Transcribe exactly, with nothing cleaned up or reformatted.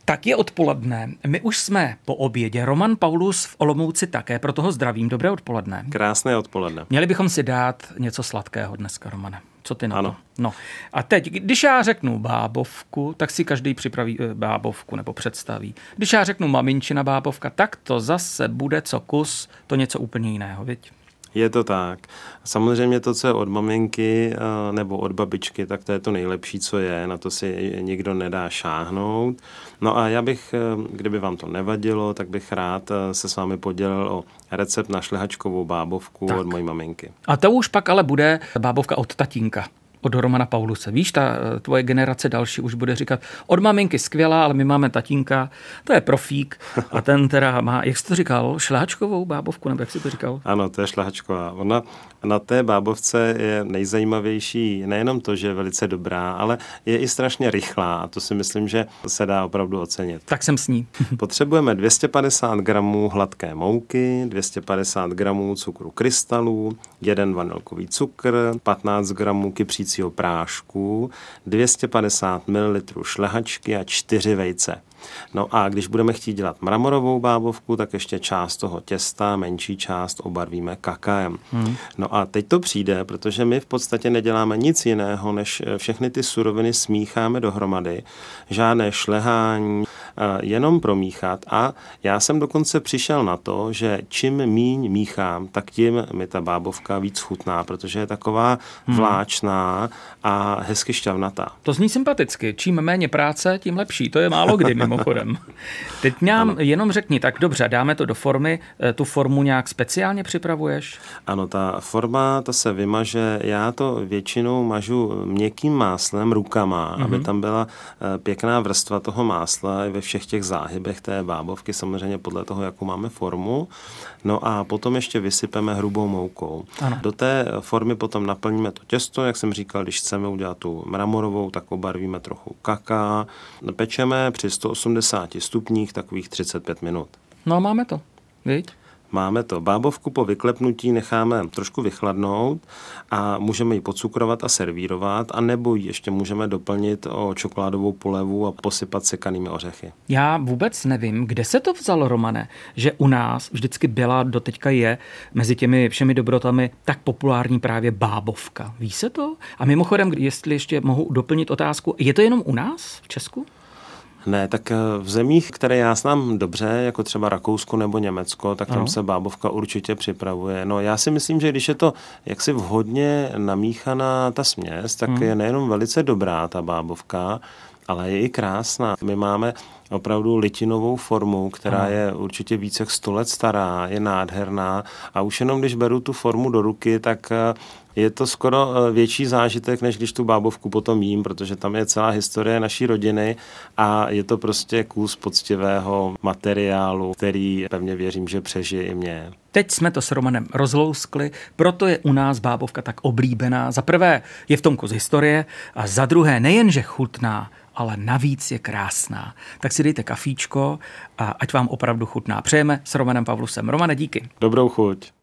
Tak je odpoledne. My už jsme po obědě. Roman Paulus v Olomouci také, proto ho zdravím. Dobré odpoledne. Krásné odpoledne. Měli bychom si dát něco sladkého dneska, Romane. Co ty na ano. to? No. A teď, když já řeknu bábovku, tak si každý připraví bábovku nebo představí. Když já řeknu maminčina bábovka, tak to zase bude co kus, to něco úplně jiného, viď? Je to tak. Samozřejmě to, co je od maminky nebo od babičky, tak to je to nejlepší, co je. Na to si nikdo nedá šáhnout. No a já bych, kdyby vám to nevadilo, tak bych rád se s vámi podělil o recept na šlehačkovou bábovku tak. Od mojí maminky. A to už pak ale bude bábovka od tatínka. Od Romana Pauluse. Víš, ta tvoje generace další už bude říkat, od maminky skvělá, ale my máme tatínka, to je profík a ten teda má, jak jsi to říkal, šlehačkovou bábovku, nebo jak jsi to říkal? Ano, to je šlehačková. Ona na té bábovce je nejzajímavější nejenom to, že je velice dobrá, ale je i strašně rychlá a to si myslím, že se dá opravdu ocenit. Tak jsem s ní. Potřebujeme dvě stě padesát gramů hladké mouky, dvě stě padesát gramů cukru krystalů, jeden vanilkový cukr, patnáct gramů kypřící prášku, dvě stě padesát mililitrů šlehačky a čtyři vejce. No a když budeme chtít dělat mramorovou bábovku, tak ještě část toho těsta, menší část obarvíme kakaem. Hmm. No a teď to přijde, protože my v podstatě neděláme nic jiného, než všechny ty suroviny smícháme dohromady, žádné šlehání, jenom promíchat a já jsem dokonce přišel na to, že čím míň míchám, tak tím mi ta bábovka víc chutná, protože je taková hmm. vláčná a hezky šťavnatá. To zní sympaticky. Čím méně práce, tím lepší. To je málo kdy mimochodem. Teď nám ano. jenom řekni, tak dobře, dáme to do formy. Tu formu nějak speciálně připravuješ? Ano, ta forma, ta se vymaže. Já to většinou mažu měkkým máslem rukama, mm-hmm. aby tam byla pěkná vrstva toho másla ve všech těch záhybech té bábovky, samozřejmě podle toho, jakou máme formu. No a potom ještě vysypeme hrubou moukou. Ano. Do té formy potom naplníme to těsto, jak jsem říkal, když chceme udělat tu mramorovou, tak obarvíme trochu kaká. Pečeme při sto osmdesáti stupních takových třicet pět minut. No a máme to, viď? Máme to. Bábovku po vyklepnutí necháme trošku vychladnout a můžeme ji pocukrovat a servírovat, a nebo ji ještě můžeme doplnit o čokoládovou polevu a posypat sekanými ořechy. Já vůbec nevím, kde se to vzalo, Romane, že u nás vždycky byla, doteďka je, mezi těmi všemi dobrotami tak populární právě bábovka. Ví se to? A mimochodem, jestli ještě mohu doplnit otázku, je to jenom u nás v Česku? Ne, tak v zemích, které já znám dobře, jako třeba Rakousko nebo Německo, tak tam no. se bábovka určitě připravuje. No já si myslím, že když je to jaksi vhodně namíchaná ta směs, tak hmm. je nejenom velice dobrá ta bábovka, ale je i krásná. My máme opravdu litinovou formu, která Aha. je určitě více jak sto let stará, je nádherná a už jenom když beru tu formu do ruky, tak je to skoro větší zážitek, než když tu bábovku potom jím, protože tam je celá historie naší rodiny a je to prostě kus poctivého materiálu, který pevně věřím, že přežije i mě. Teď jsme to s Romanem rozlouskli, proto je u nás bábovka tak oblíbená. Za prvé je v tom kus historie a za druhé nejenže chutná, ale navíc je krásná. Tak si dejte kafíčko a ať vám opravdu chutná. Přejeme s Romanem Paulusem. Romane, díky. Dobrou chuť.